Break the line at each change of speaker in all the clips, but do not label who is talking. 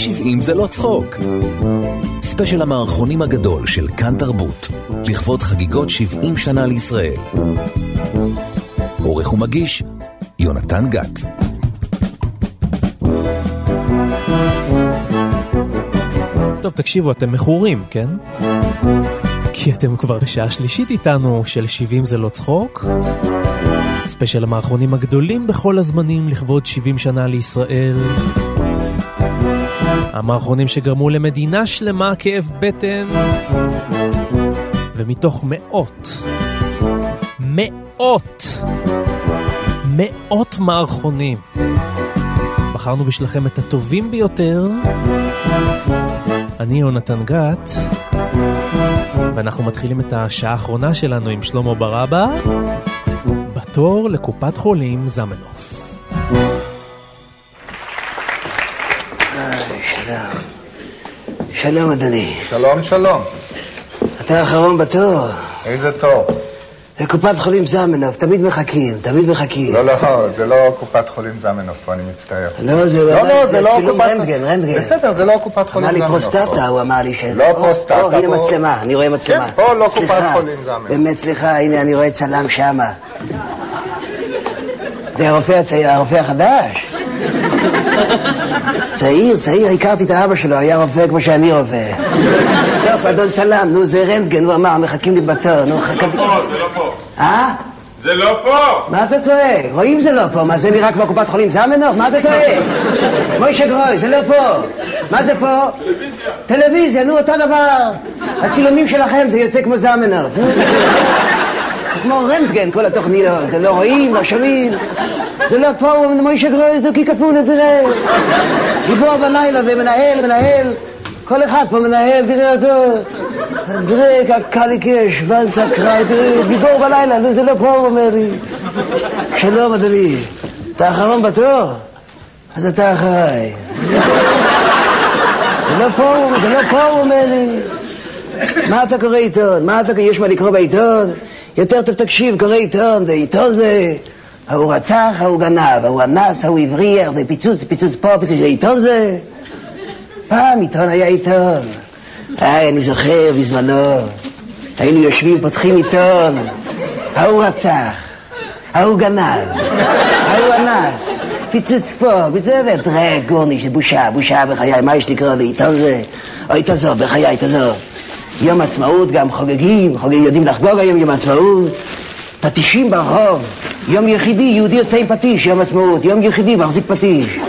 70 זה לא צחוק. ספיישל המערכונים הגדול של כאן תרבות, לכבוד חגיגות 70 שנה לישראל. עורך ומגיש, יונתן גת.
טוב, תקשיבו, אתם מחורים, כן? כי אתם כבר בשעה שלישית איתנו של 70 זה לא צחוק. ספיישל המערכונים הגדולים בכל הזמנים לכבוד 70 שנה לישראל. המערכונים שגרמו למדינה שלמה כאב בטן. ומתוך מאות מערכונים בחרנו בשלכם את הטובים ביותר. אני יונתן גת, ואנחנו מתחילים את השעה האחרונה שלנו עם שלמה ברבא, בתור לקופת חולים זמנוף.
שלום אדוני.
שלום, שלום.
אתה האחרון בתור.
איזה תור?
לקופת חולים זמנוף, תמיד מחכים.
לא, זה לא קופת חולים זמנוף, אני מצטער.
לא, זה לא
צילום
רנטגן.
בסדר, זה לא קופת חולים זמנוף.
אמר לי פרוסטטה, הוא אמר לי שזה.
לא פרוסטטה.
הנה מצלמה, אני רואה מצלמה.
כן, פה לא קופת חולים זמנוף.
באמת, סליחה, הנה אני רואה צלם שמה. זה הרופא החדש. צעיר, הכרתי את האבא שלו, היה רופא כמו שאני רופא. טוב, אדון צלם, נו, זה רנטגן, הוא אמר, מחכים לי בתור, נו,
זה לא פה. זה לא פה.
מה אתה צועק? רואים זה לא פה, מה זה נראה כמו קופת חולים זמנוף? מה אתה צועק? מוישה גרוי, זה לא פה. מה זה פה? טלוויזיה, נו, אותו דבר. הצילומים שלכם זה יוצא כמו זמנוף. כמו רנטגן, כל התוכניות, אתם לא רואים, לא שומעים. זה לא פה, הוא מוישה גרוי, זה קיקפונה, תראה. גיבור בלילה, זה מנהל. כל אחד פה מנהל, תראה אותו. תראה, קליקה, שוונצה, קראי, תראה, גיבור בלילה, זה לא פה, הוא אומר לי. שלום, אדוני. אתה האחרון בתור? אז אתה אחריי. זה לא פה, הוא אומר לי. מה אתה קורא עיתון? יש מה לקרוא בעיתון? יותר טוב תקשיב, קורא עיתון, ועיתון זה... הוא רצח, הוא גנב, הוא אנס, הוא הבריח, זה פיצוץ פה, זה עיתון זה... פעם עיתון היה עיתון. אני זוכר בזמנו, היינו יושבים, פותחים עיתון, הוא רצח, הוא גנב, הוא אנס, פיצוץ פה, זה דרק, גורניש, בושה בחיי, מה יש לקרוא לעיתון זה? אוי תעזוב, בחיי, תעזוב. יום עצמאות גם חוגגים, יודעים לחגוג היום יום עצמאות, פטישים ברחוב, יום יחידי, יהודי יוצא עם פטיש, יום עצמאות, יום יחידי מחזיק פטיש.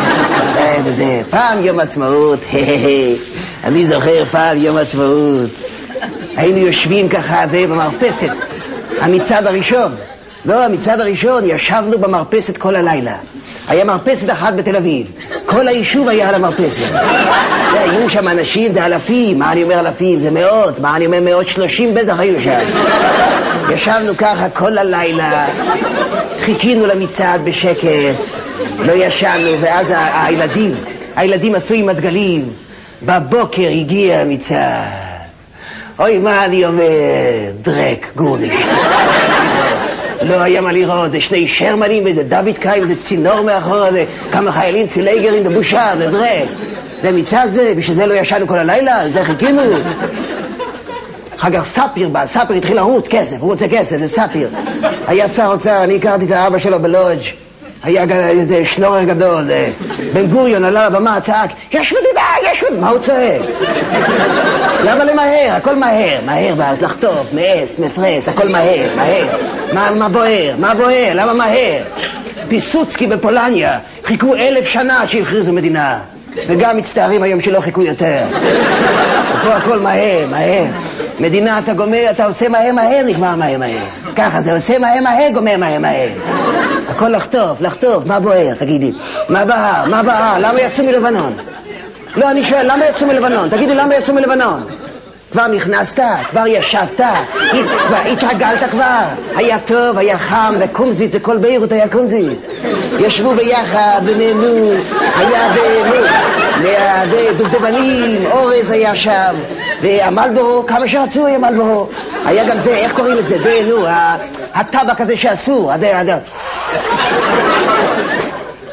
פעם יום עצמאות, אני זוכר פעם יום עצמאות, היינו יושבים ככה במרפסת, המצעד הראשון, ישבנו במרפסת כל הלילה. היה מרפסת אחת בתל אביב, כל היישוב היה על המרפסת. היו שם אנשים, זה אלפים, מה אני אומר אלפים? זה מאות, מה אני אומר 130 בטח היו שם. ישבנו ככה כל הלילה, חיכינו למצעד בשקט, לא ישנו, ואז הילדים עשו עם הדגלים, בבוקר הגיע המצעד. אוי, מה אני אומר? דרק, גורניש. לא היה מה לראות, זה שני שרמנים וזה דוד קיים, זה צינור מאחורה, זה כמה חיילים צילייגרים, זה בושה, זה דרק. זה מצעד זה, בשביל זה לא ישנו כל הלילה, זה חיכינו. אחר כך ספיר בא, ספיר התחיל לרוץ כסף, הוא רוצה כסף, זה ספיר. היה שר אוצר, אני הכרתי את האבא שלו בלודג'. היה איזה שנורר גדול, בן גוריון עלה לבמה, צעק, יש מדינה, מה הוא צועק? למה למהר? הכל מהר, לחטוף, מאס, מפרס, הכל מהר. מה בוער? למה מהר? פיסוצקי בפולניה, חיכו 1000 שנה שהכריזו מדינה, וגם מצטערים היום שלא חיכו יותר. פה הכל מהר. מדינה אתה גומר, אתה עושה מהר, נגמר מהר. ככה זה עושה מהר, גומר מהר. הכל לחטוף, מה בוער, תגידי? מה בער? למה יצאו מלבנון? לא, אני שואל, למה יצאו מלבנון? תגידי, למה יצאו מלבנון? כבר נכנסת, כבר ישבת, כבר התרגלת כבר, היה טוב, היה חם, זה קומזיץ, זה כל ביירות היה קומזיץ. ישבו ביחד ונהנו, היה ליד דובדבנים, אורז היה שם, והמלבורו, כמה שרצו היה מלבורו. היה גם זה, איך קוראים לזה? נו, הטבק הזה שעשו,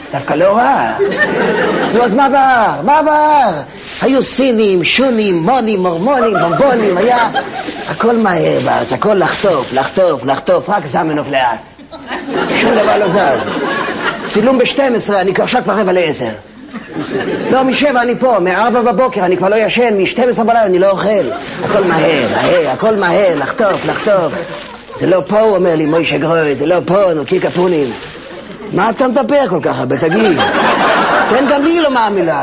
דווקא לא רע. נו, אז מה בער? מה בער? היו סינים, שונים, מונים, מורמונים, בומבונים, היה הכל מהר בארץ, הכל לחטוף, רק זמנוף לאט. שום דבר לא זז. צילום ב-12, אני עכשיו כבר 9:45. לא, מ-7 אני פה, מ-4 בבוקר אני כבר לא ישן, מ-12 בלילה אני לא אוכל. הכל מהר, הכל מהר, לחטוף. זה לא פה, הוא אומר לי, מוישה גרוי, זה לא פה, נו, קיר קפונים. מה אתה מדבר כל כך הרבה, תגיד? תן גם לי לא מהמילה.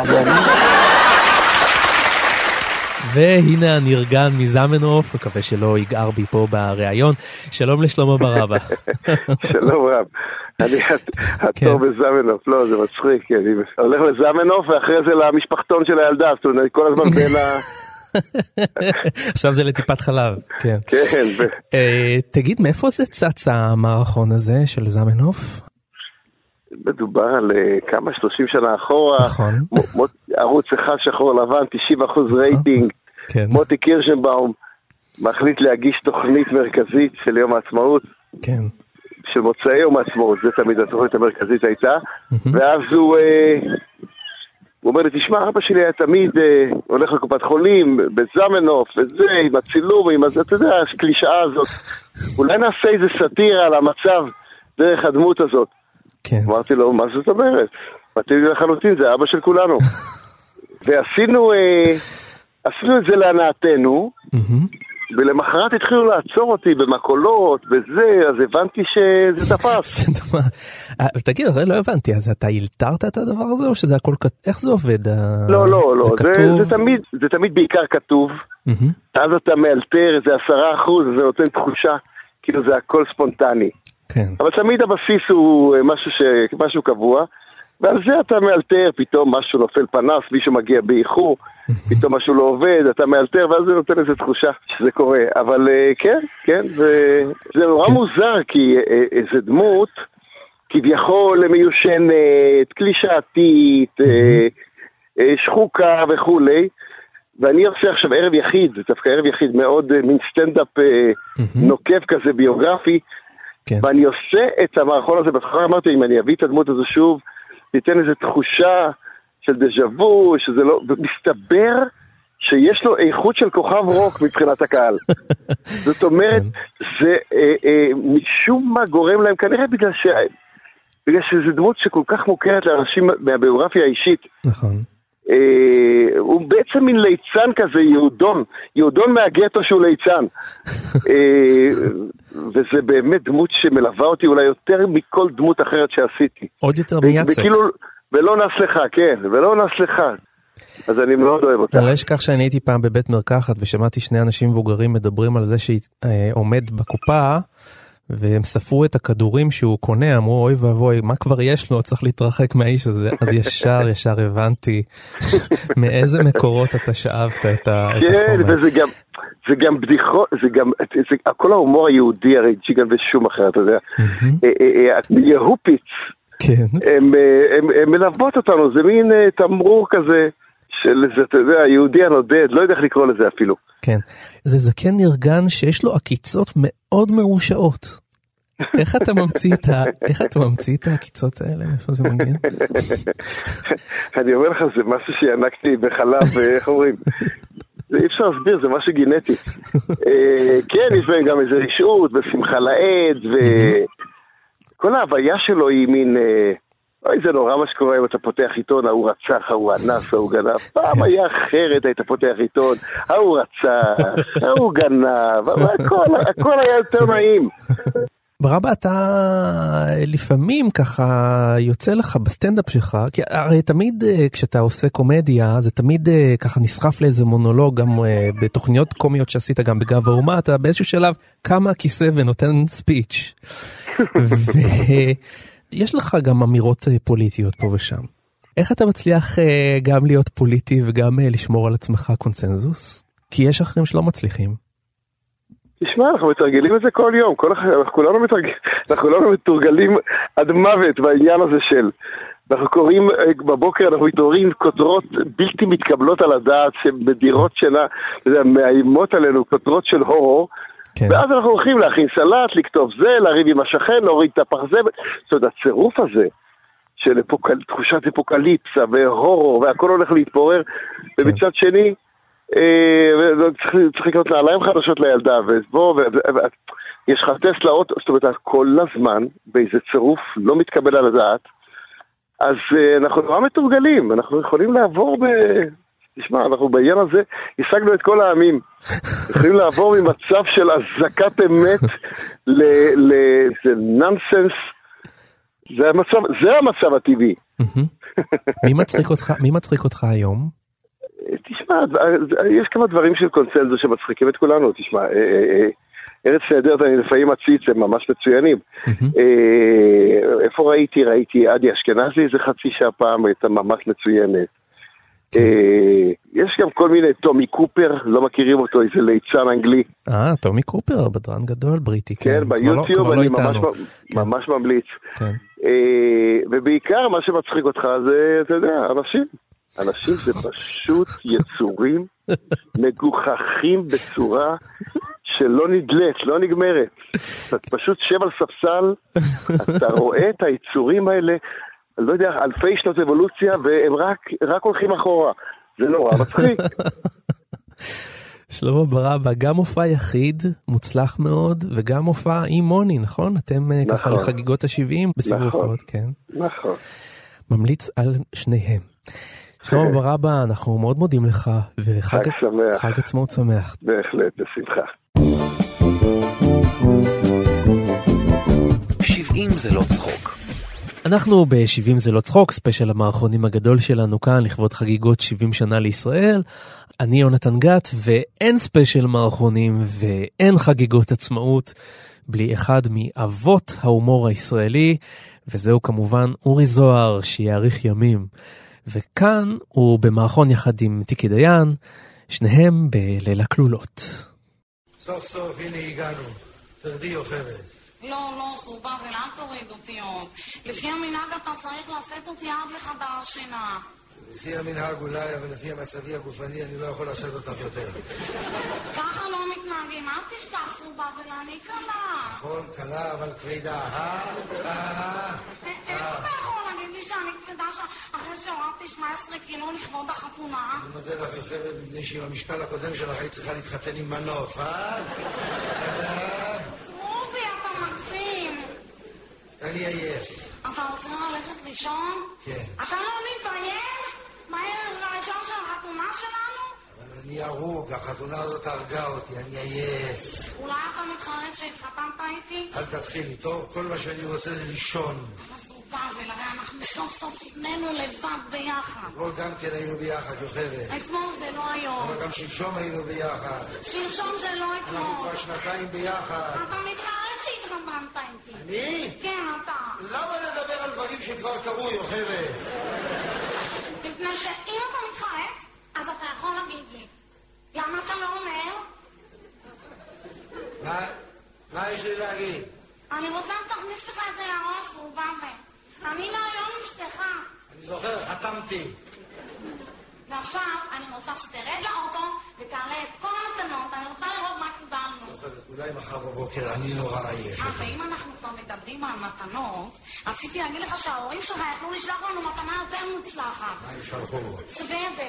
והנה הנרגן מזמנוף, מקווה שלא יגער בי פה בריאיון. שלום לשלמה ברבא.
שלום רב. אני הטוב בזמנוף, לא, זה מצחיק, אני הולך לזמנוף ואחרי זה למשפחתון של הילדה, זאת אומרת, כל הזמן בין ה...
עכשיו זה לטיפת חלב, כן.
כן.
תגיד, מאיפה זה צץ המערכון הזה של זמנוף?
מדובר על כמה 30 שנה אחורה,
נכון.
ערוץ אחד שחור לבן, 90% רייטינג, מוטי קירשנבאום מחליט להגיש תוכנית מרכזית של יום העצמאות,
כן.
של מוצאי יום העצמאות, זה תמיד התוכנית המרכזית הייתה, ואז הוא אומר לי, תשמע, אבא שלי היה תמיד הולך לקופת חולים, בזמנוף, וזה, עם הצילום, עם הזה, אתה יודע, הקלישאה הזאת, אולי נעשה איזה סאטירה על המצב דרך הדמות הזאת.
כן.
אמרתי לו, מה זאת אומרת? אמרתי לי לחלוטין, זה אבא של כולנו. ועשינו את זה להנאתנו, ולמחרת התחילו לעצור אותי במקולות וזה, אז הבנתי שזה תפס.
תגיד, הרי לא הבנתי, אז אתה הילתרת את הדבר הזה, או שזה הכל, איך זה עובד?
לא, זה תמיד בעיקר כתוב, אז אתה מאלתר איזה 10%, זה נותן תחושה, כאילו זה הכל ספונטני.
כן.
אבל תמיד הבסיס הוא משהו קבוע, ועל זה אתה מאלתר, פתאום משהו נופל פנס, מישהו מגיע באיחור, פתאום משהו לא עובד, אתה מאלתר, ואז זה נותן איזו תחושה שזה קורה. אבל כן, זה נורא מוזר, כי איזה דמות, כביכול מיושנת, קלישאתית, שחוקה וכולי, ואני עושה עכשיו ערב יחיד, זה דווקא ערב יחיד מאוד, מין סטנדאפ נוקב כזה ביוגרפי, ואני עושה את המערכון הזה, בתחילה אמרתי, אם אני אביא את הדמות הזו שוב, ניתן איזו תחושה של דז'אבו, שזה לא, ומסתבר שיש לו איכות של כוכב רוק מבחינת הקהל. זאת אומרת, זה משום מה גורם להם, כנראה בגלל שזה דמות שכל כך מוכרת לאנשים מהביוגרפיה האישית.
נכון.
הוא בעצם מין ליצן כזה, יהודון מהגטו שהוא ליצן. וזה באמת דמות שמלווה אותי אולי יותר מכל דמות אחרת שעשיתי.
עוד יותר מייצג.
ולא נסלחה, כן, ולא נסלחה. אז אני מאוד אוהב אותה.
אני לא אשכח שאני הייתי פעם בבית מרקחת ושמעתי שני אנשים מבוגרים מדברים על זה שעומד בקופה והם ספרו את הכדורים שהוא קונה, אמרו אוי ואבוי, מה כבר יש לו, צריך להתרחק מהאיש הזה. אז ישר הבנתי מאיזה מקורות אתה שאבת את החומר.
כן, וזה גם בדיחות, זה גם, כל ההומור היהודי הרי ג'יגן ושום אחר, אתה יודע, יהופיץ, הם מלוות אותנו, זה מין תמרור כזה, של איזה, אתה יודע, יהודי הנודד, לא יודע איך לקרוא לזה אפילו.
כן, זה זקן נרגן שיש לו עקיצות מאוד מרושעות. איך אתה ממציא את העקיצות האלה? איפה זה מגיע?
אני אומר לך, זה משהו שינקתי בחלב, איך אומרים? אי אפשר להסביר, זה משהו גנטי. כן, יש בהם גם איזה רשעות ושמחה לעד, וכל ההוויה שלו היא מין... אוי, זה נורא מה שקורה אם אתה פותח עיתון, ההוא רצח, ההוא אנס, ההוא גנב. פעם היה אחרת, היית פותח עיתון, ההוא רצח, ההוא גנב, הכל היה יותר נעים.
ברבא, אתה לפעמים ככה יוצא לך בסטנדאפ שלך, כי הרי תמיד כשאתה עושה קומדיה, זה תמיד ככה נסחף לאיזה מונולוג, גם בתוכניות קומיות שעשית גם בגב האומה, אתה באיזשהו שלב קם הכיסא ונותן ספיץ'. יש לך גם אמירות פוליטיות פה ושם. איך אתה מצליח גם להיות פוליטי וגם לשמור על עצמך קונצנזוס? כי יש אחרים שלא מצליחים.
תשמע, אנחנו מתרגלים את זה כל יום. אנחנו כולנו מתורגלים עד מוות בעניין הזה של... אנחנו קוראים בבוקר, אנחנו מתעוררים כותרות בלתי מתקבלות על הדעת, שמדירות שינה, מאיימות עלינו, כותרות של הורור, כן. ואז אנחנו הולכים להכין סלט, לכתוב זה, לריב עם השכן, להוריד את הפח זה. זאת אומרת, הצירוף הזה של תחושת אפוקליפסה והורור, והכל הולך להתפורר, ומצד שני, צריך לקנות נעליים חדשות לילדה, יש לך טסלה אוטו, זאת אומרת, כל הזמן, באיזה צירוף לא מתקבל על הדעת, אז אנחנו לא מתורגלים, אנחנו יכולים לעבור תשמע, אנחנו בעניין הזה השגנו את כל העמים. יכולים לעבור ממצב של הזקת אמת לננסנס. זה המצב הטבעי.
מי מצחיק אותך היום?
תשמע, יש כמה דברים של קונצנזוס שמצחיקים את כולנו. תשמע, ארץ נהדרת, אני לפעמים מציץ, הם ממש מצוינים. איפה ראיתי עדי אשכנזי איזה חצי שעה פעם, הייתה ממש מצוינת. יש גם כל מיני, טומי קופר, לא מכירים אותו, איזה ליצן אנגלי.
טומי קופר, בדרן גדול, בריטי.
כן, ביוטיוב אני ממש ממליץ. ובעיקר מה שמצחיק אותך זה, אתה יודע, אנשים זה פשוט יצורים מגוחכים בצורה שלא נדלת, לא נגמרת. אתה פשוט שב על ספסל, אתה רואה את היצורים האלה, אני לא יודע, אלפי שנות אבולוציה, והם רק הולכים אחורה. זה נורא מצחיק.
שלמה ברבא, גם מופע יחיד, מוצלח מאוד, וגם מופע עם מוני, נכון? אתם ככה לחגיגות ה-70 בסיבוב, כן?
נכון.
ממליץ על שניהם. שלמה ברבא, אנחנו מאוד מודים לך, וחג עצמאות שמח.
בהחלט, בשמחה.
70 זה לא צחוק.
אנחנו ב-70 זה לא צחוק, ספיישל המערכונים הגדול שלנו כאן, לכבוד חגיגות 70 שנה לישראל. אני יונתן גת, ואין ספיישל מערכונים ואין חגיגות עצמאות בלי אחד מאבות ההומור הישראלי, וזהו כמובן אורי זוהר, שיאריך ימים. וכאן הוא במערכון יחד עם תיקי דיין, שניהם בליל הכלולות.
סוף סוף, הנה הגענו. תרדי יוכבת.
לא, סובה, ולאן תוריד אותי עוד? לפי המנהג אתה צריך לשאת אותי עד לחדר שינה.
לפי המנהג אולי, אבל לפי המצבי הגופני אני לא יכול לשאת אותך יותר.
ככה לא מתנהגים, אל תשכח סובה, ולאני קלה.
נכון, קלה, אבל כבדה.
איך אתה יכול להגיד לי שאני כבדה אחרי שהורדתי 17 קילו לכבוד החתונה?
אני מודה לך יוכבת, מפני שעם המשקל הקודם שלך היית צריכה להתחתן עם מנוף, אני עייף.
אתה רוצה ללכת לישון?
כן.
אתה לא מתבייש? מה יהיה לישון של החתונה שלנו?
אבל אני הרוג, החתונה הזאת הרגה אותי, אני עייף.
אולי אתה מתחרט שהתחתנת איתי?
אל תתחילי, טוב? כל מה שאני רוצה זה לישון.
אבל זו בבל, הרי אנחנו סוף סוף שנינו לבד ביחד.
אתמול גם כן היינו ביחד, יוכבת.
אתמול זה לא היום.
אבל גם שלשום היינו ביחד.
שלשום זה לא אתמול.
אנחנו כבר שנתיים ביחד.
אתה מתחרט שהתחתנת איתי.
אני?
כן, אתה.
למה לדבר על דברים שכבר קרו, יוכבת?
מפני שאם אתה מתחרט, אז אתה יכול להגיד לי. למה אתה לא אומר?
מה יש לי להגיד?
אני רוצה שתכניס לך את זה לראש, והוא בא אני לא היום אשתך.
אני זוכר, חתמתי.
ועכשיו אני רוצה שתרד לאוטו ותעלה את כל המתנות, אני רוצה לראות מה קיבלנו.
אולי מחר בבוקר, אני נורא עייף.
ואם אנחנו כבר מדברים על מתנות, רציתי להגיד לך שההורים שלך יכלו לשלוח לנו מתנה יותר מוצלחת.
מה הם שלחו בו?
סוודר.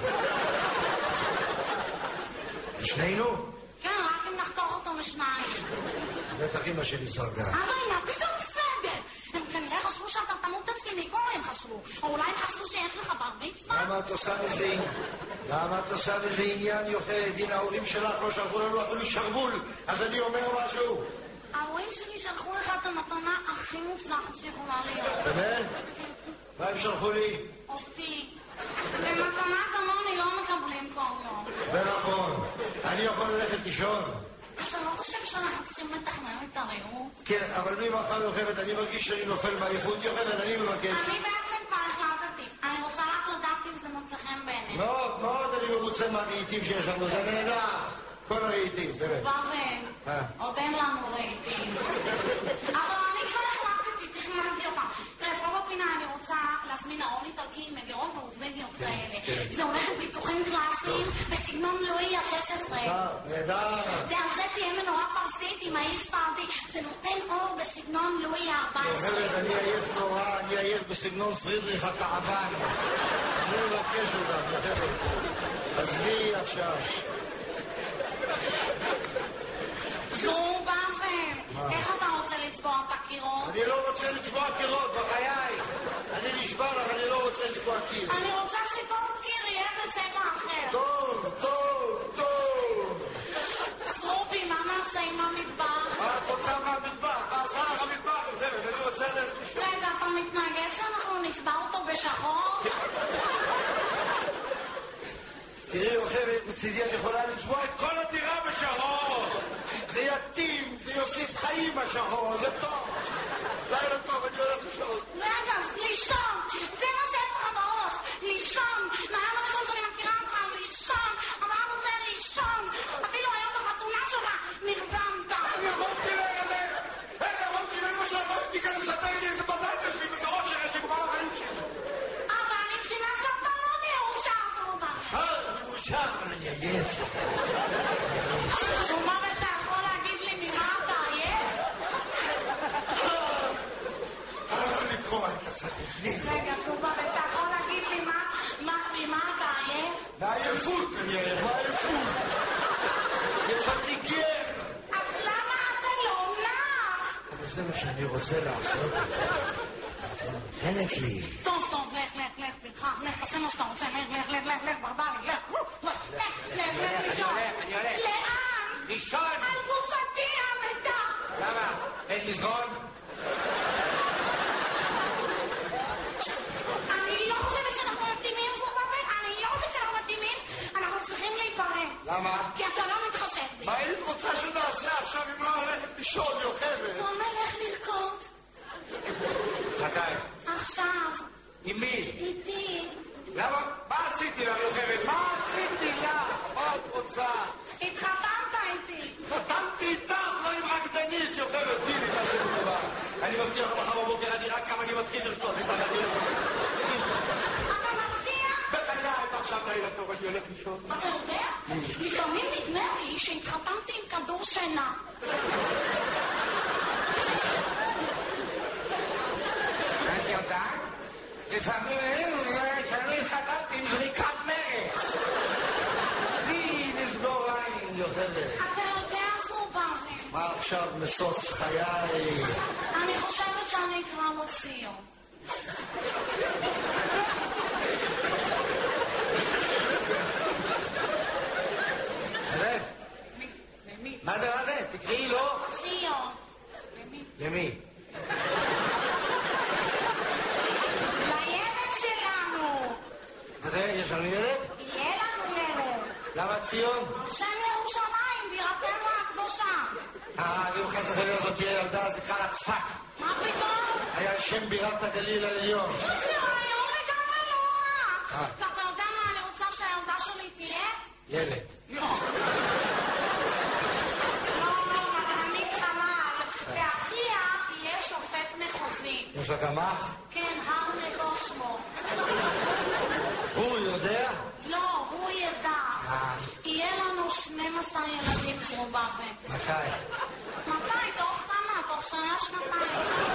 שנינו?
כן, רק אם נחתוך אותו לשניים.
בטח אמא שלי סרגה.
אבל מה פתאום סוודר? הם כנראה חשבו שאתה תמות אצלי מכל הם חשבו. או אולי הם חשבו שיש לך בר מצווה?
למה את עושה מזה עניין, יוכבת? הנה ההורים שלך לא שלחו לנו אפילו שרבול, אז אני אומר משהו.
ההורים שלי שלחו לך את המתנה הכי מוצלחת שיכולה להיות.
באמת? מה הם שלחו לי?
אותי. ומתנה כמוני לא מקבלים כל יום.
זה נכון. אני יכול ללכת לישון.
אתה לא חושב שאנחנו צריכים לתכנן את הרעות?
כן, אבל ממחר יוכבת, אני מרגיש שאני נופל מעייפות. יוכבת, אני מבקש.
אני בעצם כבר החלטתי. אני רוצה רק לדעת אם זה מוצא חן בעיניי.
מאוד אני מרוצה מהרהיטים שיש לנו, זה נהנה. כל הרהיטים, זה באמת.
בבל, עוד אין לנו רהיטים. אבל אני כבר החלטתי, תכננתי אותם. תראה, פה בפינה אני רוצה להזמין האון איטלקי עם מגרות נורווגיות כאלה. זה הולך עם ביטוחים קלאסיים בסגנון לואי ה-16.
נהדר.
ועל זה תהיה מנורה פרסית עם האיס פארטי. זה נותן אור בסגנון לואי ה-14.
אני עייף נורא, אני אעיר בסגנון פרידריך הכעבן. אני מבקש אותם, חבר'ה. עזבי עכשיו.
זרובאבן, איך אתה רוצה לצבוע את הקירות?
אני לא רוצה לצבוע קירות, בחיי. אני נשבע לך, אני לא רוצה לצבוע קיר.
אני רוצה שכל קיר יהיה בצבע אחר.
טוב.
זרובי, מה נעשה עם המטבח?
מה את רוצה מהמטבח? מה עשה לך המטבח? אני רוצה לשאול.
רגע, אתה מתנגד שאנחנו נצבע אותו בשחור?
תראי, אוכבת, מצידי את יכולה לצבוע את כל הדירה בשחור. זה יתאים, זה יוסיף חיים השחור, זה טוב. לילה טוב, אני הולך לישון.
רגע, לישון! זה מה שיש לך בראש! לישון! מהיום הראשון שאני מכירה אותך, לישון! אתה רוצה לישון! אפילו היום בחתונה שלך נרדמת!
אני יכולתי להירדם! יכולתי לאמא שלך, לא הספיקה לספר לי איזה בזל יש לי וזה ראש שיש לי כבר החיים שלי.
אבל אני מבינה שאתה לא מאושר, זרובאבן.
אני מאושר, אבל אני עייף.
זרובאבן, אתה יכול להגיד לי ממה אתה עייף?
לקרוא את הסרטנים.
רגע, זרובאבן, אתה יכול להגיד לי ממה אתה עייף?
מעייפות אני עייף, מעייפות. יפתיקים.
אז למה אתה לא נח?
אבל זה מה שאני רוצה לעשות. נותנת לי.
טוב, לך, פרחח, לך, תעשה מה שאתה רוצה, לך, ברברי, לך, לישון.
אני הולך.
לאן?
לישון.
על גופתי המתה.
למה? אין מזרון?
אני לא חושבת שאנחנו מתאימים, זרובאבן, אני לא חושבת שאנחנו מתאימים, אנחנו צריכים להיפרד.
למה?
כי אתה לא מתחשב בי.
מה היית רוצה שנעשה עכשיו אם לא הולכת לישון, יוכבת?
בוא נלך לרקוד.
מתי?
עכשיו.
עם מי?
איתי.
למה? מה עשיתי לך, יוכבת? מה עשיתי לך? מה את רוצה?
התחתנת איתי.
חתמתי איתך, לא עם רקדנית, יוכבת, תני לי תעשה לי דבר. אני מבטיח לך מחר בבוקר, אני רק כמה אני מתחיל לרקוד איתך, אני
אתה מבטיח?
בטח די, עכשיו לילה טוב, אני הולך לישון.
אתה יודע? לפעמים נדמה לי שהתחתנתי עם כדור שינה.
את יודעת? לפעמים שאני התחתנתי עם זריקת מרץ.
לי נסגור עין, יוכבת.
אתה יודע, זרובאבן.
מה עכשיו מסוס חיי?
אני חושבת שאני אקרא לו ציון.
זה? מה זה? תקראי לו?
ציון.
למי?
לילד שלנו.
מה זה? יש לנו ילד?
יהיה לנו ילד.
למה ציון?
שם ירושלים, בירתנו הקדושה.
אם חס וחלילה זאת תהיה ילדה, אז נקרא לה צפת.
מה פתאום?
היה שם בירת הגליל העליון.
זה רעיון לגמרי לא רע. ואתה יודע מה אני רוצה שהילדה שלי תהיה?
ילד.
לא, מדענית חלל. ואחיה יהיה שופט מחוזי.
יש לה גם אח?
כן, הרנגו שמו.
הוא יודע?
לא, הוא ידע. יהיה לנו 12 ילדים, זרובאבן.
מתי?
מתי? תוך כמה? תוך שנה, שנתיים.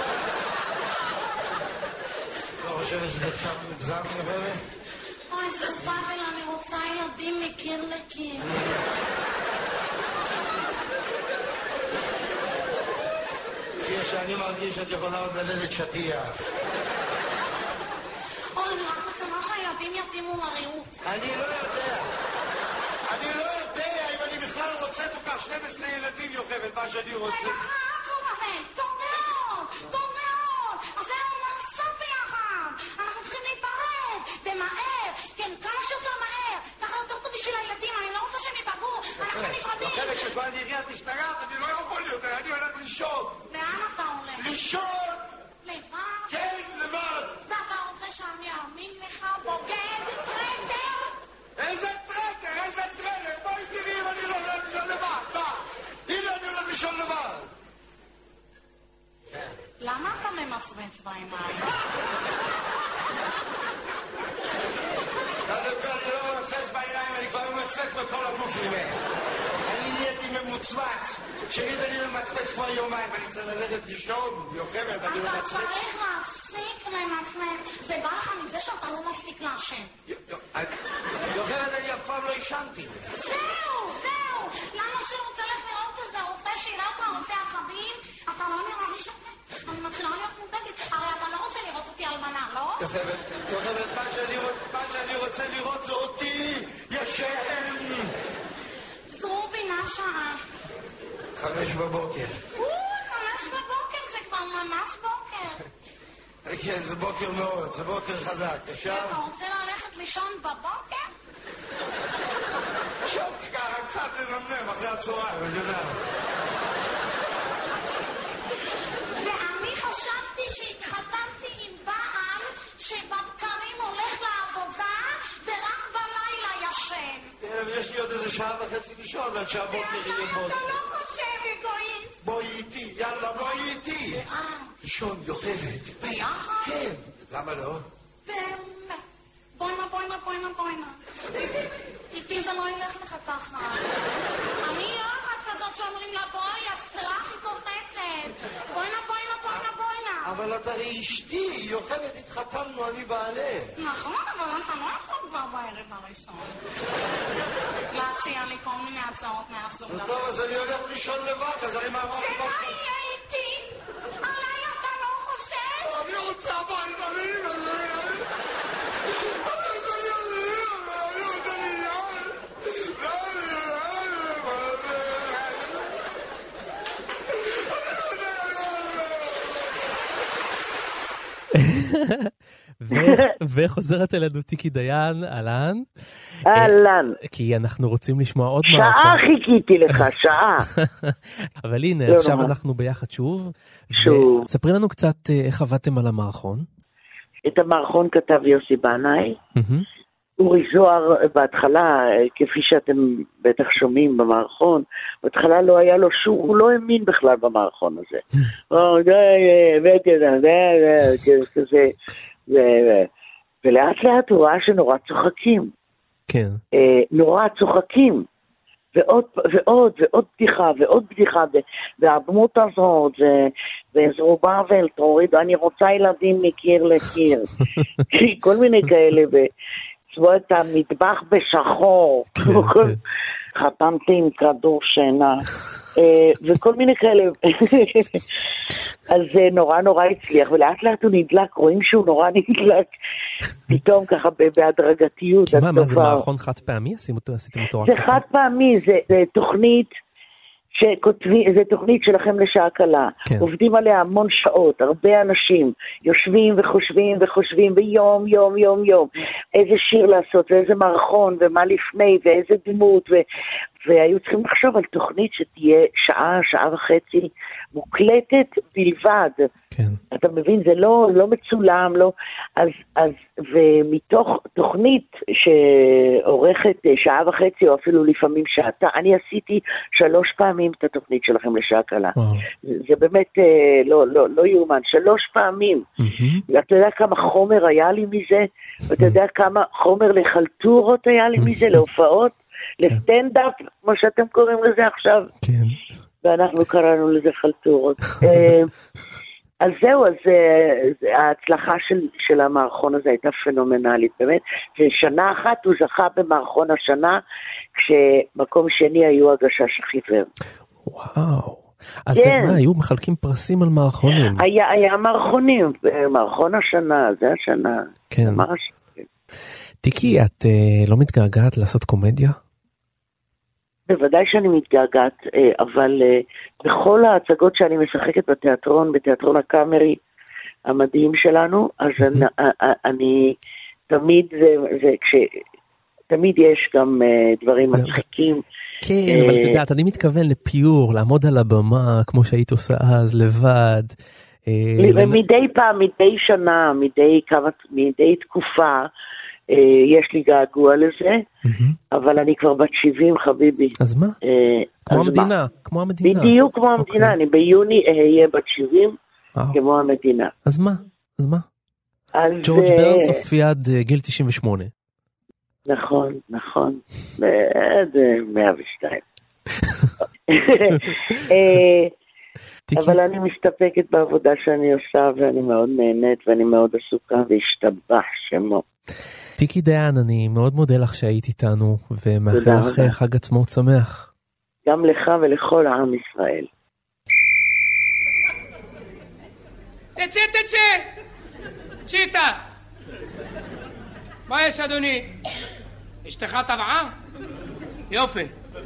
לא חושבת שזה קצת מוגזם, חבר'ה?
אוי, זרובאבן, אני רוצה ילדים מקיר לקיר.
כפי שאני מרגיש שאת יכולה עוד ללדת שטיח.
אוי, אני רק מקווה שהילדים יתאימו לריהוט.
אני לא יודע אם אני בכלל רוצה כל כך 12 ילדים, יוכבת, מה שאני רוצה.
רגע, זרובאבן, טוב מאוד. אז זהו, נעשות ביחד. אנחנו צריכים להיפרד, ומהר, כן, כמה שיותר מהר. ככה יותר טוב בשביל הילדים, אני לא רוצה שהם ייפגעו. אנחנו נפרדים.
יוכבת, שכבר אני הגיע, תשתגעת, אני לא יכול יותר, אני הולך לישון.
לאן אתה הולך?
לישון!
לבד?
כן, לבד.
ואתה רוצה שאני אאמין לך, בוגד, טרטר?
איזה טרטר, בואי תראי אם אני לא הולך לישון לבד, הנה אני הולך לישון לבד.
למה אתה ממצמץ בעיניים?
אני לא ממצמץ בעיניים, אני כבר ממצמץ בכל הגוף ממנו. אני נהייתי ממוצמץ, שריד אני ממצמץ כבר יומיים, אני צריך ללכת לישון, יוכבת, אני
אתה
ממצמץ.
צריך להפסיק לוודא שאתה לא מפסיק לעשן.
יוכלת, אני אף פעם לא ישנתי.
זהו. למה שהוא תלך לראות איזה רופא שיראה אותך, רופא עצבים? אתה לא נראה לי שווה. אני מתחילה להיות מודאגת. הרי אתה לא רוצה לראות אותי אלמנה, לא?
יוכלת, מה שאני רוצה לראות זה אותי ישן.
זו בינה שעה.
5 בבוקר.
5 בבוקר זה כבר ממש בוקר.
כן, זה בוקר מאוד, זה בוקר חזק, אפשר?
אתה רוצה ללכת לישון בבוקר?
שוב, ככה קצת לנמנם אחרי הצהריים, אני יודע.
ואני חשבתי שהתחתנתי עם בעל שבבקרים הולך לעבודה ורק בלילה ישן.
יש לי עוד איזה 1.5 שעה לישון עד שהבוקר יהיה מאוד.
אתה לא חושב אגואיסט.
בואי איתי, יאללה, בואי איתי. לישון, יוכלת.
ביחד?
כן. למה לא?
באמת. בואינה. איתי זה לא ילך לך ככה. אני לא אחת כזאת שאומרים לה בואי, הסטרח היא קופצת. בואינה.
אבל את הרי אשתי, יוכלת, התחתנו, אני בעלה.
נכון, אבל אתה לא יכול כבר בערב הראשון להציע לי כל מיני הצעות מהסוג הזה.
טוב, אז אני הולך לישון לבד, אז אני מאמר...
זה מה יהיה איתי? עליי אתה לא חושב?
אני רוצה הביתה,
וחוזרת אלינו טיקי דיין, אהלן.
אהלן.
כי אנחנו רוצים לשמוע עוד מערכון.
שעה חיכיתי לך, שעה.
אבל הנה, עכשיו אנחנו ביחד שוב. ספרי לנו קצת איך עבדתם על המערכון.
את המערכון כתב יוסי בנאי. אורי זוהר בהתחלה, כפי שאתם בטח שומעים במערכון, בהתחלה לא היה לו שום, הוא לא האמין בכלל במערכון הזה. ולאט לאט הוא ראה שנורא צוחקים.
כן.
נורא צוחקים. ועוד בדיחה, והדמות הזאת, וזרובה ואלטרוריד, אני רוצה ילדים מקיר לקיר. כל מיני כאלה, צבוע את המטבח בשחור, חתמתי עם כדור שינה, וכל מיני כאלה. אז זה נורא הצליח, ולאט לאט הוא נדלק, רואים שהוא נורא נדלק, פתאום ככה בהדרגתיות.
מה זה מערכון חד פעמי? עשיתם אותו רק?
זה חד פעמי, זה תוכנית, זה תוכנית שלכם לשעה קלה. כן. עובדים עליה המון שעות, הרבה אנשים יושבים וחושבים ויום, איזה שיר לעשות, ואיזה מערכון, ומה לפני, ואיזה דמות, והיו צריכים לחשוב על תוכנית שתהיה שעה וחצי, מוקלטת בלבד. כן. אתה מבין, זה לא מצולם, לא. אז ומתוך תוכנית שעורכת שעה וחצי, או אפילו לפעמים שעתה, אני עשיתי 3 פעמים את התוכנית שלכם לשעה קלה. זה באמת לא יאומן, 3 פעמים. אתה יודע כמה חומר היה לי מזה, ואתה יודע כמה חומר לחלטורות היה לי מזה, להופעות, לסטנדאפ, כמו שאתם קוראים לזה עכשיו.
כן.
ואנחנו קראנו לזה חלטורות. אז זהו, אז ההצלחה של המערכון הזה הייתה פנומנלית, באמת. ושנה אחת הוא זכה במערכון השנה, כשמקום שני היו הגשש החיוור.
וואו. אז כן. מה, היו מחלקים פרסים על מערכונים?
היה מערכונים, מערכון השנה, זה השנה.
כן. טיקי, את לא מתגעגעת לעשות קומדיה?
בוודאי שאני מתגעגעת, אבל בכל ההצגות שאני משחקת בתיאטרון הקאמרי המדהים שלנו, אז אני תמיד יש גם דברים מצחיקים.
כן, אבל את יודעת, אני מתכוון לפיור, לעמוד על הבמה, כמו שהיית עושה אז, לבד.
ומדי פעם, מדי שנה, מדי תקופה, יש לי געגוע לזה, אבל אני כבר בת 70, חביבי.
אז מה? כמו המדינה, כמו המדינה.
בדיוק כמו המדינה, אני ביוני אהיה בת 70, כמו המדינה.
אז מה? ג'ורג' ברנס הופיע עד גיל 98.
נכון. זה 102. אבל אני מסתפקת בעבודה שאני עושה, ואני מאוד נהנית, ואני מאוד עסוקה, והשתבח שמו.
טיקי דיין, אני מאוד מודה לך שהיית איתנו, ומאחל לך חג עצמאות שמח.
גם לך ולכל העם ישראל.
תצא, צ'יטה. מה יש אדוני? אשתך טבעה? יופי.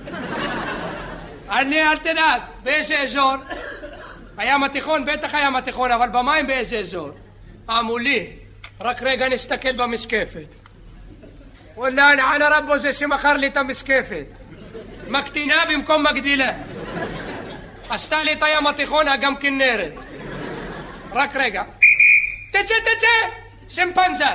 אל תדאג, באיזה אזור? הים התיכון, בטח הים התיכון, אבל במים באיזה אזור? מולי, רק רגע נסתכל במשקפת. וואלה, נענה רבו זה שמכר לי את המשקפת. מקטינה במקום מגדילה. עשתה לי את הים התיכון, גם כנרת. רק רגע. תצא, שמפנזה.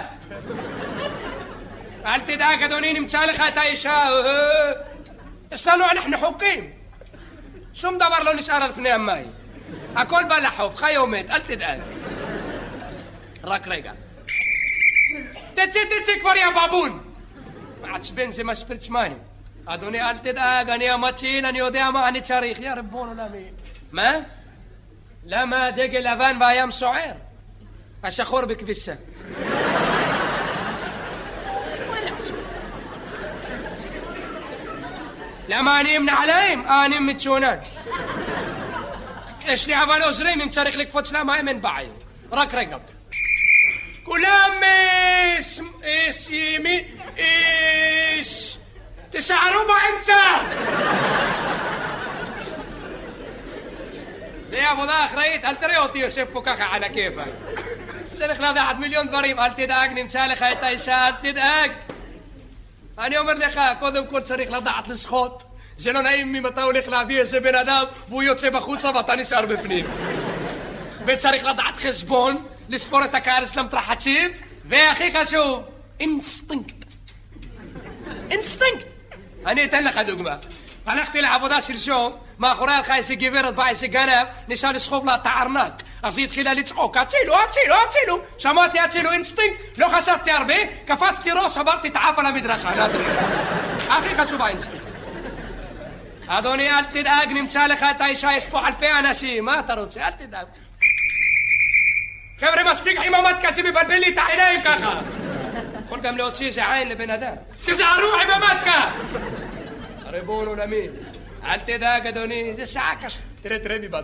אל תדאג, אדוני, נמצא לך את האישה. יש לנו, אנחנו חוקים. שום דבר לא נשאר על פני המים. הכל בא לחוף, חי עומד, אל תדאג. רק רגע. תצא, כבר יא בבון. מעצבן, זה משפריץ מים. אדוני, אל תדאג, אני המציל, אני יודע מה אני צריך. יא רבון עולמי. מה? למה הדגל לבן והים סוער? השחור בכביסה. למה אני עם נעליים? אני מצונן. יש לי אבל עוזרים אם צריך לקפוץ למים אין בעיה. רק רגע. כולם תשערו באמצע. זה עבודה אחראית, אל תראה אותי יושב פה ככה על הכיפה. צריך לדעת מיליון דברים, אל תדאג, נמצא לך את האישה, אל תדאג. אני אומר לך, קודם כל צריך לדעת לשחות. זה לא נעים אם אתה הולך להביא איזה בן אדם והוא יוצא בחוצה ואתה נשאר בפנים. וצריך לדעת חשבון, לספור את הקהל של המתרחצים, והכי חשוב, אינסטינקט. אני אתן לך דוגמה. הלכתי לעבודה שלשום, מאחורי הלכה איזה גברת באה איזה גנב, נשאר לסחוב לה את הארנק. אז היא התחילה לצעוק, הצילו. שמעתי הצילו, אינסטינקט, לא חשבתי הרבה, קפצתי ראש, עברתי את האף על המדרכה. הכי חשוב האינסטינקט. אדוני, אל תדאג, נמצא לך את האישה, יש פה אלפי אנשים. מה אתה רוצה? אל תדאג. חבר'ה, מספיק עם המד כזה, מבלבל לי את העיניים ככה. יכול גם להוציא איזה עין לבן אדם. תזערו עם המדקה. ריבון עולמי. אל תדאג, אדוני, זה שעה קשה. תראה מבט.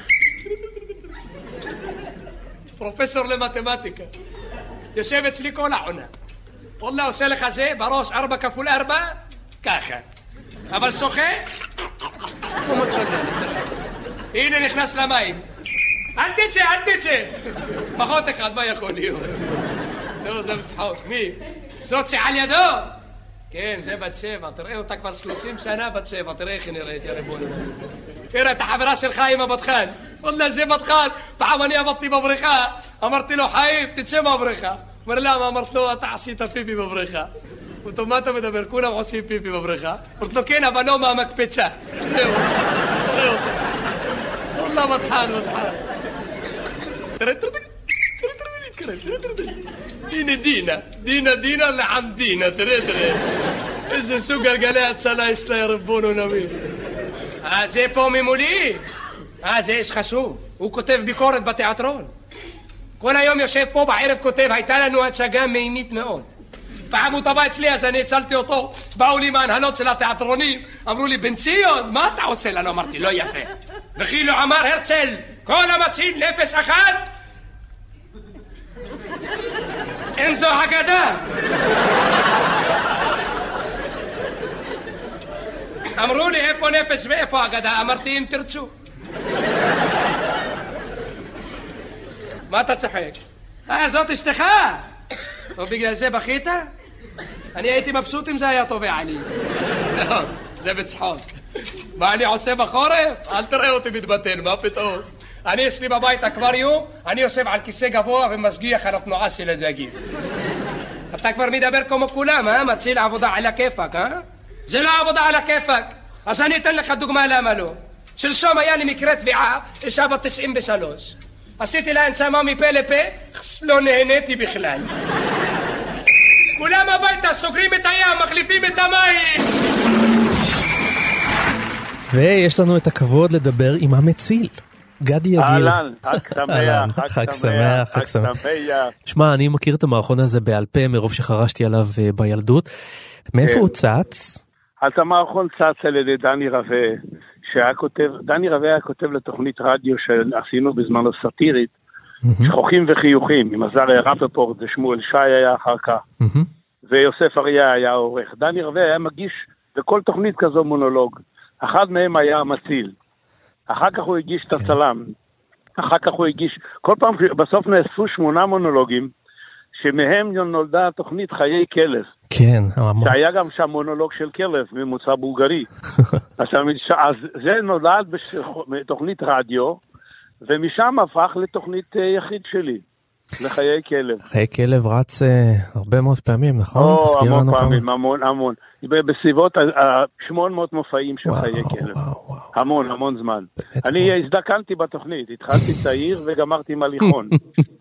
פרופסור למתמטיקה. יושב אצלי כל העונה. וואלה, עושה לך זה, בראש 4 כפול 4, ככה. אבל שוחה, הוא מוצ'ודן. הנה נכנס למים. אל תצא. פחות אחד, מה יכול להיות? לא, זה מצחוק. מי? זאת שעל ידו? כן, זה בת 7. תראה אותה כבר 30 שנה בת 7. תראה איך היא נראית, יא ריבון. תראה את החברה של חיים הבטחן. וואלה, זה בטחן. פעם אני עבדתי בבריכה. אמרתי לו, חיים, תצא מהבריכה. אומר, למה? אמרת לו, אתה עשית פיפי בבריכה. אותו, מה אתה מדבר? כולם עושים פיפי בבריכה. אמרת לו, כן, אבל לא מהמקפצה. זהו. וואלה, בטחן. תראה. הנה דינה לעמדינה, תראה. איזה סוג גלגלי הצלה יש לה, יא רבון עולמי. זה פה ממולי. זה איש חשוב. הוא כותב ביקורת בתיאטרון. כל היום יושב פה, בערב כותב, הייתה לנו הצגה מימית מאוד. פעם הוא טבע אצלי, אז אני הצלתי אותו. באו לי מהנהלות של התיאטרונים, אמרו לי, בן ציון, מה אתה עושה לנו? אמרתי, לא יפה. וכאילו אמר הרצל, כל המציל נפש אחת, אין זו אגדה. אמרו לי, איפה נפש ואיפה אגדה? אמרתי, אם תרצו. מה אתה צחק? זאת אשתך. טוב, בגלל זה בכית? אני הייתי מבסוט אם זה היה טובע לי. לא, זה בצחוק. מה אני עושה בחורף? אל תראה אותי מתבטל, מה פתאום? אני יש לי בבית אקווריום, אני יושב על כיסא גבוה ומשגיח על התנועה של הדגים. אתה כבר מדבר כמו כולם, מציל עבודה על הכיפק, זה לא עבודה על הכיפק. אז אני אתן לך דוגמה למה לא. שלשום היה לי מקרה תביעה, אישה בת 93. עשיתי לה הנשמה מפה לפה, לא נהניתי בכלל. כולם הביתה, סוגרים את הים, מחליפים את המים.
ויש לנו את הכבוד לדבר עם המציל. גדי יגיל.
אהלן, חג שמח.
שמע, אני מכיר את המערכון הזה בעל פה מרוב שחרשתי עליו בילדות. מאיפה הוא צץ?
אז המערכון צץ על ידי דני רווה, דני רווה היה כותב לתוכנית רדיו שעשינו בזמנו סאטירית, שכוחים וחיוכים, עם עזר רפפורט ושמואל שי היה אחר כך, ויוסף אריה היה עורך. דני רווה היה מגיש בכל תוכנית כזו מונולוג. אחד מהם היה המציל. אחר כך הוא הגיש את הצלם. אחר כך הוא הגיש, כל פעם, בסוף נאספו 8 מונולוגים, שמהם נולדה התוכנית חיי כלב.
כן.
שהיה גם שם מונולוג של כלב, ממוצא בולגרי. אז זה נולד בתוכנית רדיו, ומשם הפך לתוכנית יחיד שלי, לחיי כלב.
חיי כלב רץ הרבה מאוד פעמים, נכון?
המון פעמים, המון. בסביבות 800 מופעים של חיי כלב. המון זמן. אני הזדקנתי בתוכנית, התחלתי צעיר וגמרתי מליחון.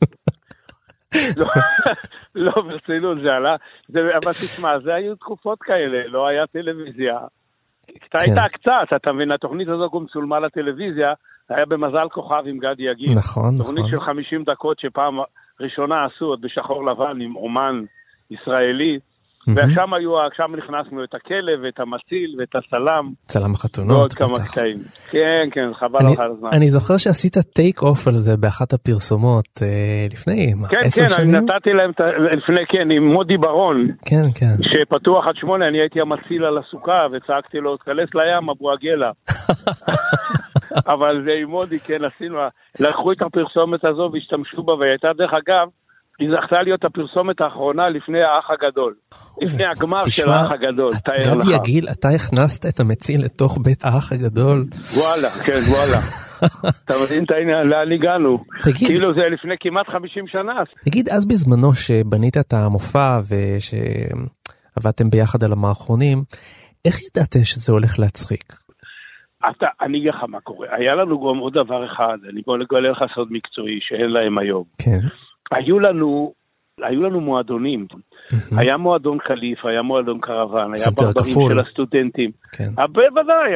לא, ברצינות זה עלה, אבל תשמע, זה היו תקופות כאלה, לא היה טלוויזיה. הייתה קצת, אתה מבין, התוכנית הזו מצולמה לטלוויזיה, היה במזל כוכב עם גדי יגיל.
נכון.
תוכנית של 50 דקות שפעם ראשונה עשו עוד בשחור לבן עם אומן ישראלי, ושם נכנסנו את הכלב, את המציל ואת הסלם.
צלם החתונות.
ועוד כמה קטעים. כן, חבל לך על הזמן.
אני זוכר שעשית טייק אוף על זה באחת הפרסומות לפני 10 שנים.
כן, נתתי להם לפני, עם מודי ברון.
כן.
שפתוח עד 8, אני הייתי המציל על הסוכה, וצעקתי לו, תכנס לים, אבו עגלה. אבל זה עם מודי, כן, עשינו, לקחו את הפרסומת הזו והשתמשו בה, והייתה דרך אגב, היא זכתה להיות הפרסומת האחרונה לפני האח הגדול. לפני הגמר של האח הגדול, תאר לך.
גדי יגיל, אתה הכנסת את המציל לתוך בית האח הגדול.
וואלה. אתה מבין את העניין, לאן הגענו? כאילו זה לפני כמעט 50 שנה.
תגיד, אז בזמנו שבנית את המופע ושעבדתם ביחד על המערכונים, איך ידעתם שזה הולך להצחיק?
אני אגיד לך מה קורה. היה לנו גם עוד דבר אחד, אני בוא לגלה לך סוד מקצועי שאין להם היום.
כן.
היו לנו מועדונים. היה מועדון קליף, היה מועדון קרוון, היה ברברים של הסטודנטים. בוודאי,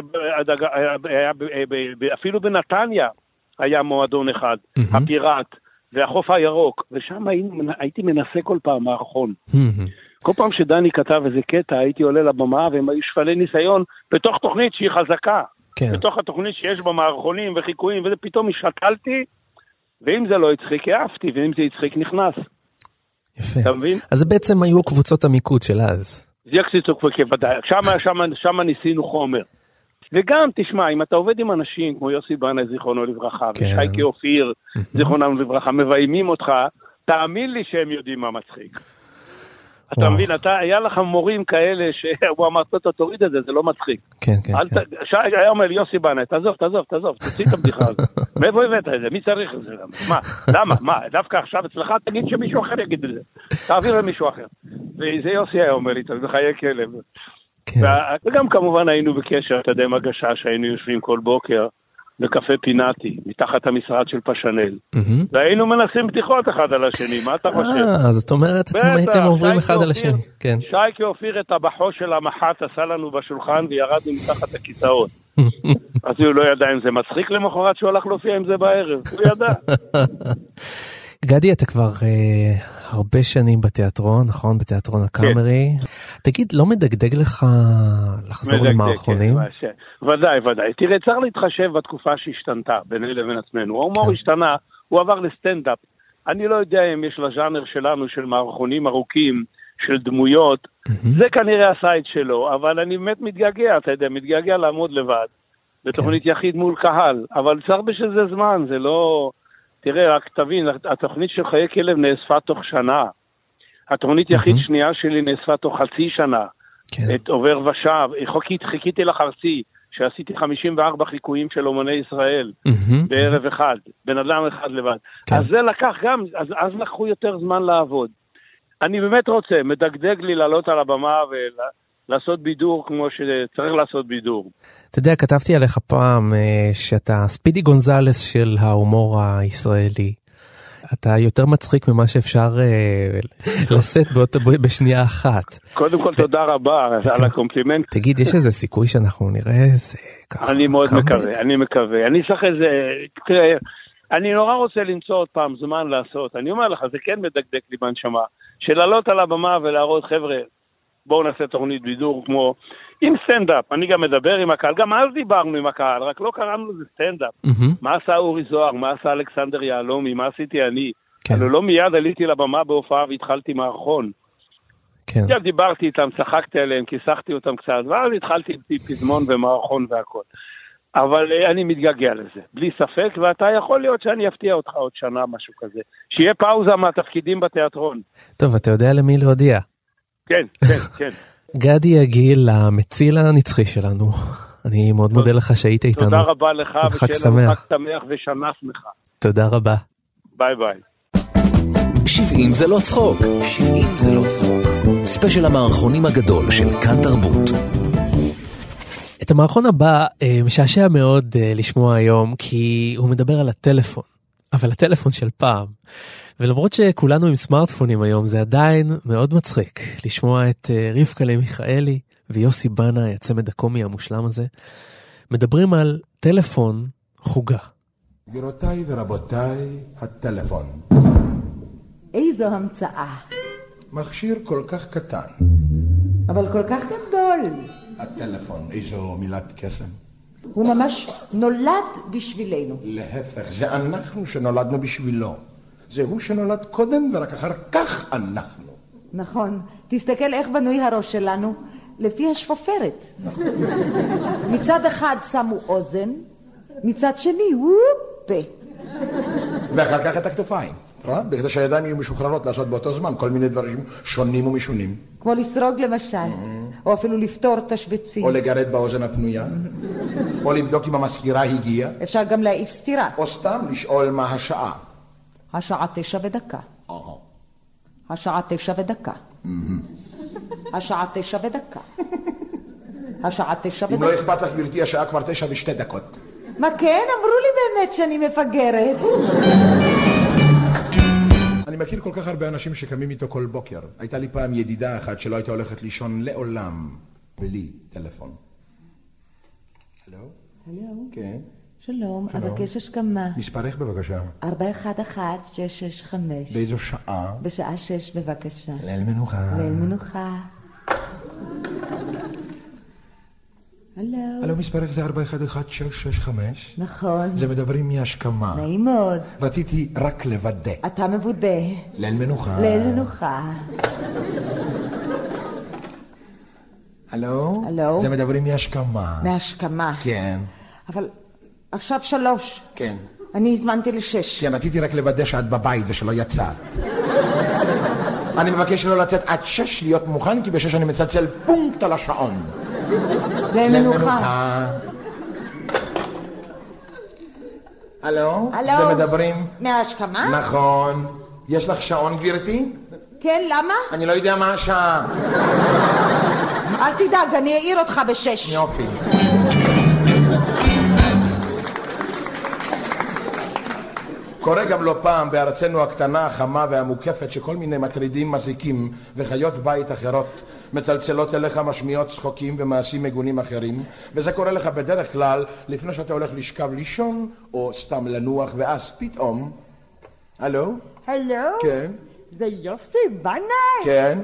אפילו בנתניה היה מועדון אחד, הפיראט והחוף הירוק, ושם הייתי מנסה כל פעם מערכון. כל פעם שדני כתב איזה קטע, הייתי עולה לבמה והם היו שפלי ניסיון בתוך תוכנית שהיא חזקה. בתוך התוכנית שיש בה מערכונים וחיקויים, וזה פתאום השתלתי, ואם זה לא יצחיק, העפתי, ואם זה יצחיק, נכנס.
יפה. אתה מבין? אז זה בעצם היו קבוצות המיקוד של אז.
זה יקציצו כבוודאי. שם ניסינו חומר. וגם, תשמע, אם אתה עובד עם אנשים כמו יוסי בנה, זיכרונו לברכה, ושייקי אופיר, זיכרונם לברכה, מביימים אותך, תאמין לי שהם יודעים מה מצחיק. אתה מבין, היה לך מורים כאלה שהוא אמר, תוריד את זה, זה לא מצחיק.
כן.
היה אומר לי, יוסי בנה, תעזוב, תוציא את הבדיחה הזאת. מאיפה הבאת את זה? מי צריך את זה? למה? מה? דווקא עכשיו אצלך תגיד שמישהו אחר יגיד את זה. תעביר למישהו אחר. וזה יוסי היה אומר לי, זה חיי כלב. וגם כמובן היינו בקשר, אתה יודע, עם הגשה שהיינו יושבים כל בוקר, בקפה פינאטי, מתחת המשרד של פשנל. והיינו מנסים בדיחות אחד על השני, מה אתה חושב?
זאת אומרת, אתם הייתם עוברים אחד על השני.
שייקי אופיר את הבחו של המחת עשה לנו בשולחן וירדנו מתחת הכיסאות. אז הוא לא ידע אם זה מצחיק למחרת שהוא הלך להופיע עם זה בערב, הוא ידע.
גדי, אתה כבר הרבה שנים בתיאטרון, נכון? בתיאטרון הקאמרי. תגיד, לא מדגדג לך לחזור למערכונים?
ודאי. תראה, צריך להתחשב בתקופה שהשתנתה ביני לבין עצמנו. ההומור השתנה, הוא עבר לסטנדאפ. אני לא יודע אם יש לז'אנר שלנו של מערכונים ארוכים, של דמויות. זה כנראה הסייט שלו, אבל אני באמת מתגעגע, אתה יודע, מתגעגע לעמוד לבד. בתוכנית יחיד מול קהל. אבל צריך בשביל זה זמן, זה לא... תראה, רק תבין, התוכנית של חיי כלב נאספה תוך שנה. התוכנית יחיד שנייה שלי נאספה תוך חצי שנה. את עובר ושב. חיכיתי לחרצי, שעשיתי 54 חיקויים של אומני ישראל, בערב אחד, בן אדם אחד לבד. אז זה לקח גם, אז לקחו יותר זמן לעבוד. אני באמת רוצה, מדגדג לי לעלות על הבמה לעשות בידור כמו שצריך לעשות בידור.
אתה יודע, כתבתי עליך פעם שאתה ספידי גונזלס של ההומור הישראלי. אתה יותר מצחיק ממה שאפשר לשאת בשנייה אחת.
קודם כל תודה רבה על הקומפלימנט.
תגיד, יש איזה סיכוי שאנחנו נראה איזה ככה?
אני מאוד מקווה, אני מקווה. אני צריך איזה, תראה, אני נורא רוצה למצוא עוד פעם זמן לעשות. אני אומר לך, זה כן מדקדק לי בנשמה. שלעלות על הבמה ולהראות, חבר'ה, בואו נעשה תוכנית בידור כמו עם סטנדאפ. אני גם מדבר עם הקהל, גם אז דיברנו עם הקהל, רק לא קראנו לזה סטנדאפ. מה עשה אורי זוהר, מה עשה אלכסנדר יעלומי, מה עשיתי אני? אבל לא מיד עליתי לבמה בהופעה והתחלתי מערכון. גם דיברתי איתם, צחקתי עליהם, כיסחתי אותם קצת, ואז התחלתי עם פזמון ומערכון והכל. אבל אני מתגעגע לזה, בלי ספק, ואתה יכול להיות שאני אפתיע אותך עוד שנה, משהו כזה. שיהיה פאוזה מהתפקידים בתיאטרון.
טוב, אתה יודע למי להודיע?
כן, כן, כן.
גדי יגיל, המציל הנצחי שלנו. אני מאוד מודה לך שהיית איתנו.
תודה רבה לך, ושיהיה לנו חג שמח ושנה שמחה.
תודה רבה.
ביי ביי.
70 זה לא צחוק. 70 זה לא צחוק. ספיישל המערכונים הגדול של כאן תרבות.
את המערכון הבא משעשע מאוד לשמוע היום, כי הוא מדבר על הטלפון, אבל הטלפון של פעם. ולמרות שכולנו עם סמארטפונים היום, זה עדיין מאוד מצחיק לשמוע את רבקה מיכאלי ויוסי בנה, הצמד הקומי המושלם הזה, מדברים על טלפון חוגה.
גבירותיי ורבותיי, הטלפון.
איזו המצאה.
מכשיר כל כך קטן.
אבל כל כך גדול.
הטלפון, איזו מילת קסם.
הוא ממש נולד בשבילנו.
להפך, זה אנחנו שנולדנו בשבילו. זה הוא שנולד קודם ורק אחר כך אנחנו.
נכון. תסתכל איך בנוי הראש שלנו, לפי השפופרת.
נכון.
מצד אחד שמו אוזן, מצד שני פה.
ואחר כך את הכתפיים. בכדי שהידיים יהיו משוחררות לעשות באותו זמן כל מיני דברים שונים ומשונים.
כמו לסרוג למשל, או אפילו לפתור תשבצים.
או לגרד באוזן הפנויה, או לבדוק אם המזכירה הגיעה.
אפשר גם להעיף סתירה.
או סתם לשאול מה השעה.
השעה 9:01. השעה 9:01. השעה 9:01. השעה 9:01.
אם לא אכפת לך גברתי, השעה כבר 9:02.
מה כן? אמרו לי באמת שאני מפגרת.
אני מכיר כל כך הרבה אנשים שקמים איתו כל בוקר. הייתה לי פעם ידידה אחת שלא הייתה הולכת לישון לעולם בלי טלפון. הלו?
הלו?
כן.
שלום, אבקש השכמה.
מספרך בבקשה.
411-665.
באיזו שעה?
בשעה 6 בבקשה.
ליל מנוחה.
ליל מנוחה. הלו.
הלו, מספרך זה 411-665?
נכון.
זה מדברים מהשכמה.
נעים מאוד.
רציתי רק לוודא.
אתה מבודה.
ליל מנוחה.
ליל מנוחה.
הלו?
הלו?
זה מדברים מהשכמה.
מהשכמה.
כן.
אבל עכשיו 3.
כן.
אני הזמנתי ל6.
כן, רציתי רק לוודא שאת בבית ושלא יצאת. אני מבקש לא לצאת עד 6 להיות מוכן, כי ב6 אני מצלצל פונקט על השעון.
ליל מנוחה.
הלו?
הלו?
זה מדברים?
מהשכמה?
נכון. יש לך שעון גבירתי?
כן, למה?
אני לא יודע מה השעה.
אל תדאג, אני אעיר אותך ב6.
יופי. קורה גם לא פעם בארצנו הקטנה, החמה והמוקפת, שכל מיני מטרידים מזיקים וחיות בית אחרות מצלצלות אליך, משמיעות צחוקים ומעשים מגונים אחרים, וזה קורה לך בדרך כלל לפני שאתה הולך לשכב לישון או סתם לנוח, ואז פתאום... הלו?
הלו?
כן.
זה יוסי בנה?
כן.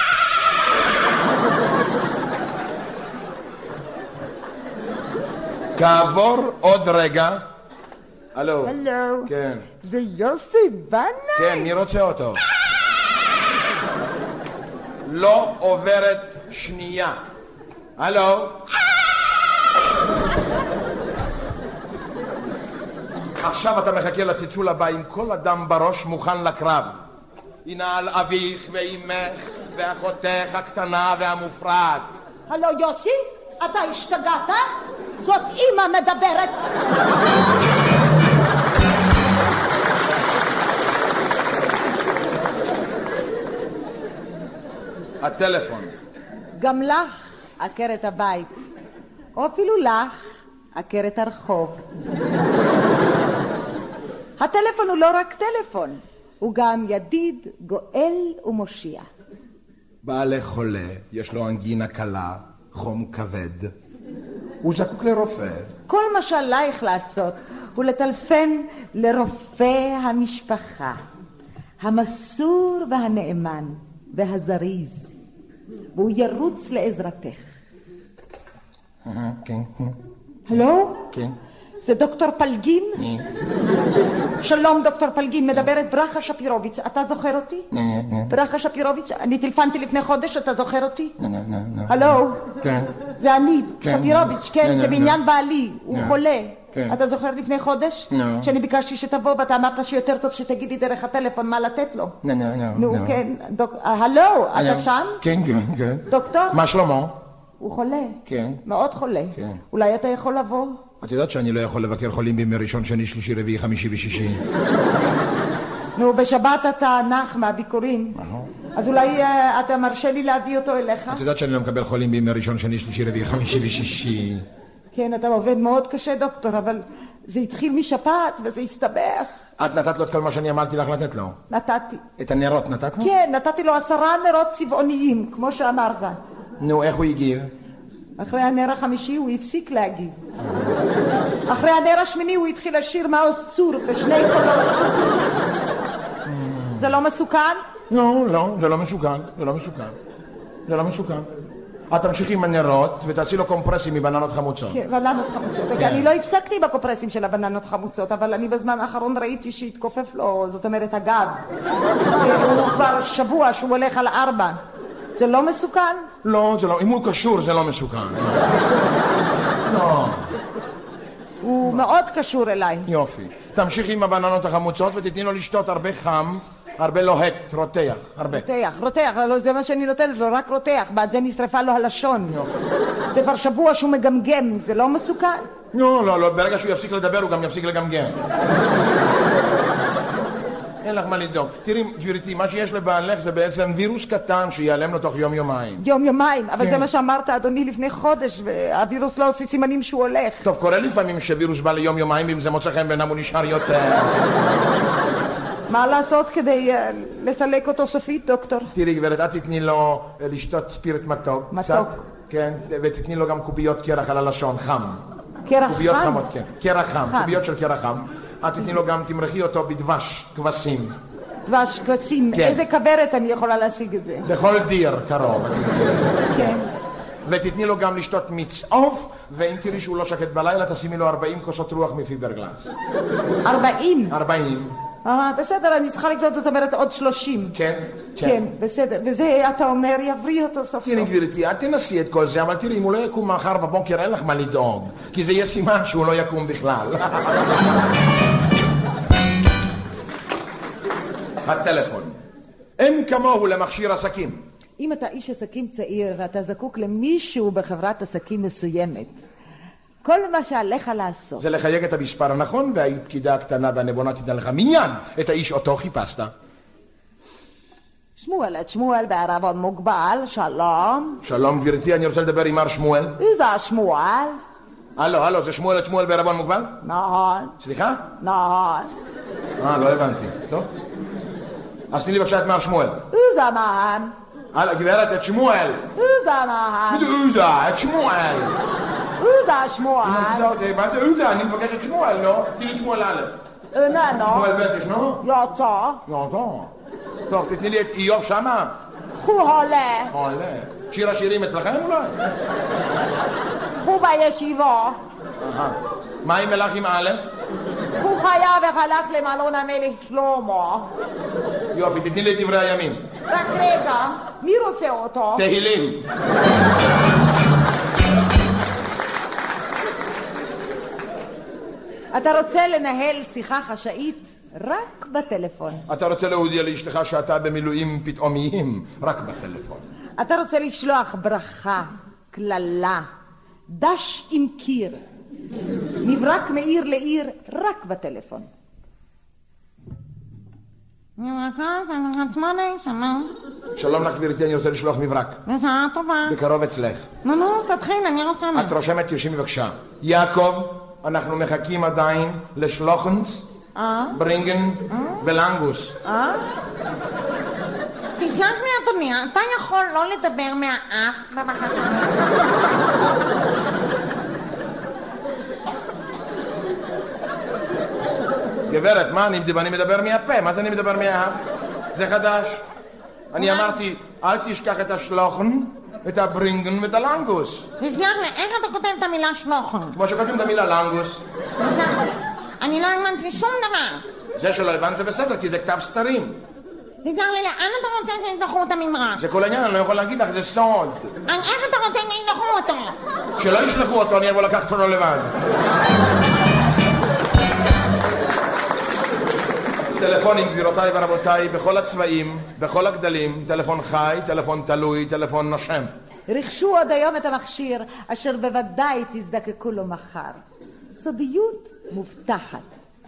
כעבור עוד רגע. הלו.
הלו.
כן.
זה יוסי בנה?
כן, מי רוצה אותו? לא עוברת שנייה. הלו. עכשיו אתה מחכה לצלצול הבא עם כל אדם בראש מוכן לקרב. הנה על אביך ואימך ואחותך הקטנה והמופרעת.
הלו יוסי, אתה השתגעת? זאת אמא מדברת.
הטלפון.
גם לך, עקרת הבית. או אפילו לך, עקרת הרחוב. הטלפון הוא לא רק טלפון, הוא גם ידיד, גואל ומושיע.
בעלי חולה, יש לו אנגינה קלה, חום כבד. הוא זקוק לרופא.
כל מה שעלייך לעשות הוא לטלפן לרופא המשפחה, המסור והנאמן והזריז, והוא ירוץ לעזרתך.
כן.
הלו?
כן.
זה דוקטור פלגין? שלום דוקטור פלגין, מדברת ברכה שפירוביץ', אתה זוכר אותי? ברכה שפירוביץ', אני טלפנתי לפני חודש, אתה זוכר אותי? הלו?
כן.
זה אני, שפירוביץ', כן, זה בעניין בעלי, הוא חולה. אתה זוכר לפני חודש? שאני ביקשתי שתבוא ואתה אמרת שיותר טוב שתגידי דרך הטלפון מה לתת לו. נו, כן. הלו, אתה שם?
כן.
דוקטור?
מה שלמה?
הוא חולה.
כן.
מאוד חולה. אולי אתה יכול לבוא?
את יודעת שאני לא יכול לבקר חולים בימי ראשון, שני, שלישי, רביעי, חמישי ושישי.
נו, בשבת אתה נח מהביקורים. אז אולי אתה מרשה לי להביא אותו אליך?
את יודעת שאני לא מקבל חולים בימי ראשון, שני, שלישי, רביעי, חמישי ושישי.
כן, אתה עובד מאוד קשה, דוקטור, אבל זה התחיל משפעת וזה הסתבך.
את נתת לו את כל מה שאני אמרתי לך לתת לו?
נתתי.
את הנרות נתת לו?
כן, נתתי לו 10 נרות צבעוניים, כמו שאמרת.
נו, איך הוא הגיב?
אחרי הנר החמישי הוא הפסיק להגיב. אחרי הנר השמיני הוא התחיל לשיר מעוז צור בשני קולות. זה לא מסוכן?
לא, זה לא מסוכן. את תמשיכי עם הנרות ותעשי לו קומפרסים מבננות חמוצות.
כן, בננות חמוצות. אני לא הפסקתי בקומפרסים של הבננות חמוצות, אבל אני בזמן האחרון ראיתי שהתכופף לו, זאת אומרת הגב. הוא כבר שבוע שהוא הולך על 4. זה לא מסוכן?
לא, זה לא. אם הוא קשור זה לא מסוכן. לא.
הוא מאוד קשור אליי.
יופי. תמשיכי עם הבננות החמוצות ותתני לו לשתות הרבה חם, הרבה לוהט, רותח, הרבה.
רותח, לא זה מה שאני נותנת לו, רק רותח. בעד זה נשרפה לו הלשון. זה כבר שבוע שהוא מגמגם, זה לא מסוכן?
לא, ברגע שהוא יפסיק לדבר הוא גם יפסיק לגמגם. אין לך מה לדאוג. תראי, גבירתי, מה שיש לבעלך זה בעצם וירוס קטן שיעלם לו תוך יום-יומיים.
יום-יומיים? אבל זה מה שאמרת, אדוני, לפני חודש, והווירוס לא עושה סימנים שהוא הולך.
טוב, קורה לפעמים שווירוס בא ליום-יומיים, ואם זה מוצא חן בעיניו הוא נשאר יותר.
מה לעשות כדי לסלק אותו סופית, דוקטור?
תראי, גברת, את תתני לו לשתות ספירט מתוק.
מתוק?
כן, ותתני לו גם קוביות קרח על הלשון, חם.
קרח חם?
קוביות חמות, כן. קרח חם, קוביות של קרח חם. את תתני לו גם, תמרחי אותו בדבש, כבשים.
דבש, כבשים.
כן.
איזה כברת אני יכולה להשיג את זה?
בכל דיר קרוב.
כן.
ותתני לו גם לשתות מיץ עוף, ואם תראי שהוא לא שקט בלילה, תשימי לו 40 כוסות רוח מפיברגלס.
40?
40.
בסדר, אני צריכה לקנות, זאת אומרת עוד 30. כן, בסדר. וזה, אתה אומר, יבריא אותו סוף סוף.
תראי, גבירתי, את תנסי את כל זה, אבל תראי, אם הוא לא יקום מחר בבוקר, אין לך מה לדאוג. כי זה יהיה סימן שהוא לא יקום בכלל. הטלפון. אין כמוהו למכשיר עסקים.
אם אתה איש עסקים צעיר ואתה זקוק למישהו בחברת עסקים מסוימת, כל מה שעליך לעשות
זה לחייג את המספר הנכון, והיית פקידה הקטנה והנבונה תיתן לך מיד את האיש אותו חיפשת.
שמואל בערבון מוגבל, שלום.
שלום גבירתי, אני רוצה לדבר עם מר שמואל.
זה שמואל.
הלו, זה שמואל בערבון מוגבל?
נכון.
סליחה?
נכון.
לא הבנתי. טוב. אז תני לי בבקשה את מר שמואל.
זה מעם.
גברת, את שמואל.
זה מעם.
את שמואל.
זה שמואל.
מה זה זה? אני מבקש את שמואל, לא? תני לי את שמואל א'.
איננו.
שמואל ב' ישנו?
יצא.
טוב, תתני לי את איוב שמה.
הוא עולה.
שיר השירים אצלכם אולי?
הוא בישיבה.
מה עם מלאך עם א'?
הוא חייב וחלך למלון המלך שלמה.
יופי, תתני לי את דברי הימים.
רק רגע, מי רוצה אותו?
תהילים.
אתה רוצה לנהל שיחה חשאית רק בטלפון.
אתה רוצה להודיע לאשתך שאתה במילואים פתאומיים רק בטלפון.
אתה רוצה לשלוח ברכה, כללה, דש עם קיר, מברק מעיר לעיר רק בטלפון.
שלום לך גבירתי, אני רוצה לשלוח מברק.
בשעה טובה.
בקרוב אצלך.
נו, תתחיל, אני רושמת.
את רושמת, תרשמי בבקשה. יעקב, אנחנו מחכים עדיין לשלוחנס. ברינגן ולנגוס.
תסלח לי אדוני, אתה יכול לא לדבר מהאף בבקשה?
גברת, מה אני מדבר מהפה? מה זה אני מדבר מהאף? זה חדש. אני אמרתי, אל תשכח את השלוחן, את הברינגן ואת הלנגוס.
תסלח לי, איך אתה כותב את המילה שלוחן?
כמו שכותבים את המילה לנגוס.
אני לא הבנתי שום דבר.
זה שלא הבנת זה בסדר, כי זה כתב סתרים.
תסלח לי, לאן אתה רוצה שישלחו את הממרש?
זה כל העניין, אני לא יכול להגיד לך, זה סוד.
איך אתה רוצה שישלחו אותו?
כשלא ישלחו אותו, אני אבוא לקחת אותו לבד. טלפונים, גבירותיי ורבותיי, בכל הצבעים, בכל הגדלים, טלפון חי, טלפון תלוי, טלפון נושם.
רכשו עוד היום את המכשיר, אשר בוודאי תזדקקו לו מחר. סודיות מובטחת.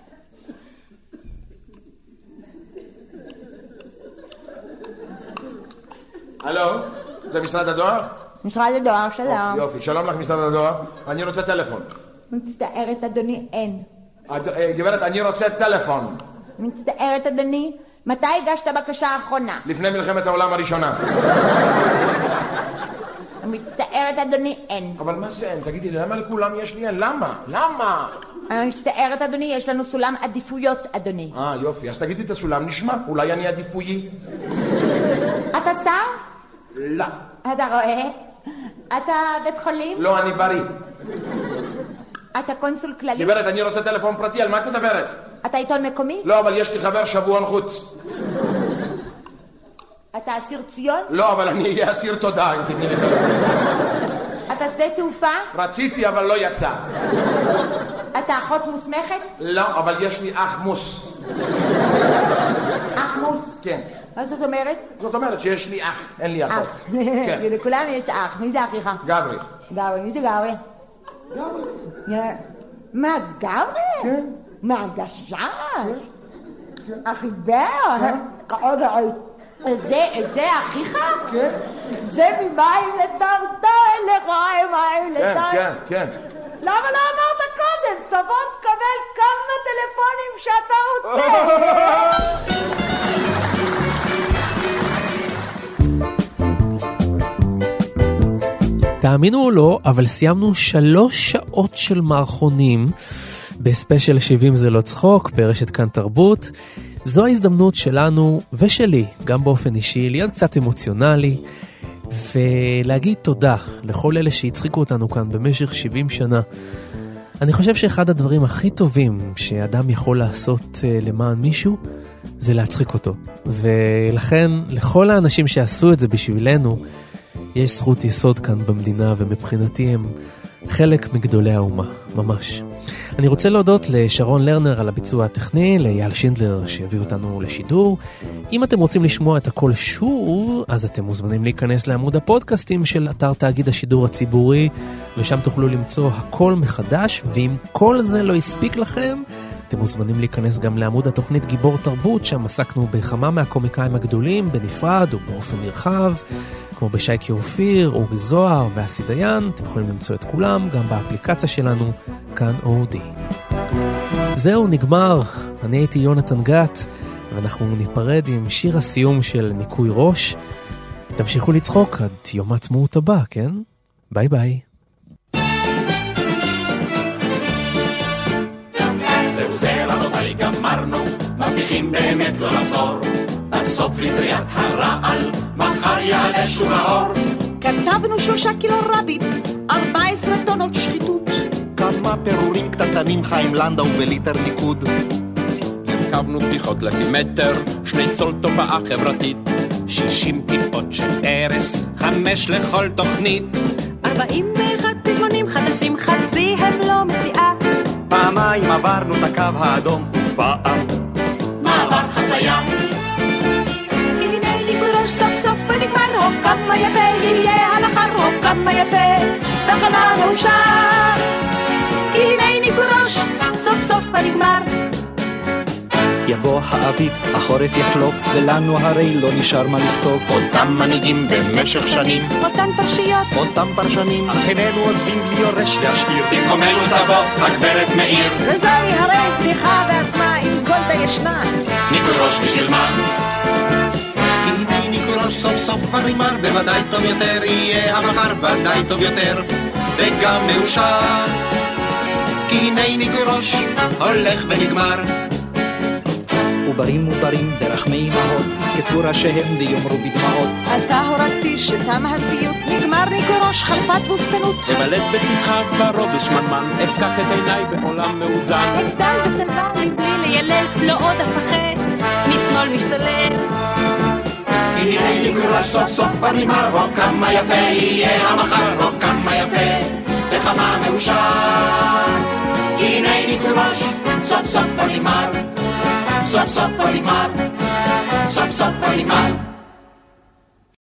הלו, זה משרד הדואר?
משרד הדואר, שלום.
יופי, שלום לך משרד הדואר. אני רוצה טלפון.
מצטערת אדוני, אין.
גברת, אני רוצה טלפון.
מצטערת אדוני, מתי הגשת בקשה האחרונה?
לפני מלחמת העולם הראשונה.
מצטערת אדוני, אין.
אבל מה זה אין? תגידי לי, למה לכולם יש לי אין? למה? למה?
מצטערת אדוני, יש לנו סולם עדיפויות אדוני.
יופי, אז תגידי את הסולם, נשמע, אולי אני עדיפויי.
אתה שר?
לא.
אתה רואה? אתה בית חולים?
לא, אני בריא.
אתה קונסול כללי?
גברת, אני רוצה טלפון פרטי, על מה את מדברת?
אתה עיתון מקומי?
לא, אבל יש לי חבר שבועון חוץ.
אתה אסיר ציון?
לא, אבל אני אהיה אסיר תודה, אם תתני לי טלפון.
אתה שדה תעופה?
רציתי, אבל לא יצא.
אתה אחות מוסמכת?
לא, אבל יש לי אח מוס.
אח מוס?
כן.
מה זאת אומרת?
זאת אומרת שיש לי אח, אין לי אחות.
כן. לכולם יש אח. מי זה אחיך?
גברי.
גברי, מי זה גברי?
גברי.
מה, גברי?
כן.
מה, גשש? אחי בר? עוד עוד. זה אחיך?
כן.
זה ממים לטרטל, מים לטרטל.
כן, כן.
למה לא אמרת קודם? תבוא תקבל כמה טלפונים שאתה רוצה.
תאמינו או לא, אבל סיימנו 3 שעות של מערכונים בספיישל 70 זה לא צחוק ברשת כאן תרבות. זו ההזדמנות שלנו ושלי, גם באופן אישי, להיות קצת אמוציונלי ולהגיד תודה לכל אלה שהצחיקו אותנו כאן במשך 70 שנה. אני חושב שאחד הדברים הכי טובים שאדם יכול לעשות למען מישהו זה להצחיק אותו. ולכן לכל האנשים שעשו את זה בשבילנו, יש זכות יסוד כאן במדינה, ומבחינתי הם חלק מגדולי האומה, ממש. אני רוצה להודות לשרון לרנר על הביצוע הטכני, לאייל שינדלר שהביא אותנו לשידור. אם אתם רוצים לשמוע את הכל שוב, אז אתם מוזמנים להיכנס לעמוד הפודקאסטים של אתר תאגיד השידור הציבורי, ושם תוכלו למצוא הכל מחדש, ואם כל זה לא הספיק לכם, אתם מוזמנים להיכנס גם לעמוד התוכנית גיבור תרבות, שם עסקנו בכמה מהקומיקאים הגדולים, בנפרד או באופן נרחב, כמו בשייקי אופיר, אורי זוהר ואסי דיין. אתם יכולים למצוא את כולם גם באפליקציה שלנו, כאן אודי. זהו, נגמר. אני הייתי יונתן גת, ואנחנו ניפרד עם שיר הסיום של ניקוי ראש. תמשיכו לצחוק עד יום העצמאות הבא, כן? ביי ביי.
זהו זה רבותיי גמרנו, מבטיחים באמת לא לחזור, בסוף לזריעת הרעל, מחר יעלה שום האור.
כתבנו 3 קילו רבים, 14 טונות שחיתות,
כמה פירורים קטנטנים חיים לנדאו בליטר ניקוד.
הרכבנו בדיחות לפי מטר, 2 צול תופעה חברתית,
60 טיפות של ארס, 5 לכל תוכנית,
41 פזמונים חדשים, חצי הם לא מציאה.
פעמיים עברנו את הקו האדום, ופעם
מעבר חצייה.
הנה לי בראש סוף סוף בנגמר, הו כמה יפה יהיה המחר, הו כמה יפה תחנה מאושר. הנה לי בראש סוף סוף בנגמר.
יבוא
יבוא האביב, החורף יחלוף, ולנו הרי לא נשאר מה לכתוב.
אותם מנהיגים במשך שנים,
אותן פרשיות,
אותם פרשנים,
אך איננו עוזבים בלי יורש להשאיר. במקומנו תבוא הגברת מאיר,
וזוהי הרי בדיחה בעצמה, עם גולדה ישנה.
ניקוי ראש בשביל מה?
כי הנה ניקוי ראש סוף סוף כבר נגמר, בוודאי טוב יותר יהיה המחר, ודאי טוב יותר, וגם מאושר. כי הנה ניקוי ראש הולך ונגמר. עוברים ברחמי אמהות, יזקפו ראשיהם ויאמרו בדמעות.
עתה הורדתי שתם הסיוט, נגמר ניקוי ראש, חלפה תבוסתנות.
אבלט בשמחה ורוד ושמנמן, אפקח את עיניי בעולם מאוזן.
אגדל בשלווה מבלי לילל, לא עוד אפחד, משמאל משתולל.
כי הנה ניקוי ראש סוף סוף כבר נגמר, רוב כמה יפה יהיה המחר, רוב כמה יפה וכמה מאושר. כי הנה ניקוי ראש סוף סוף כבר נגמר, סוף סוף כבר נגמר, סוף סוף כבר נגמר.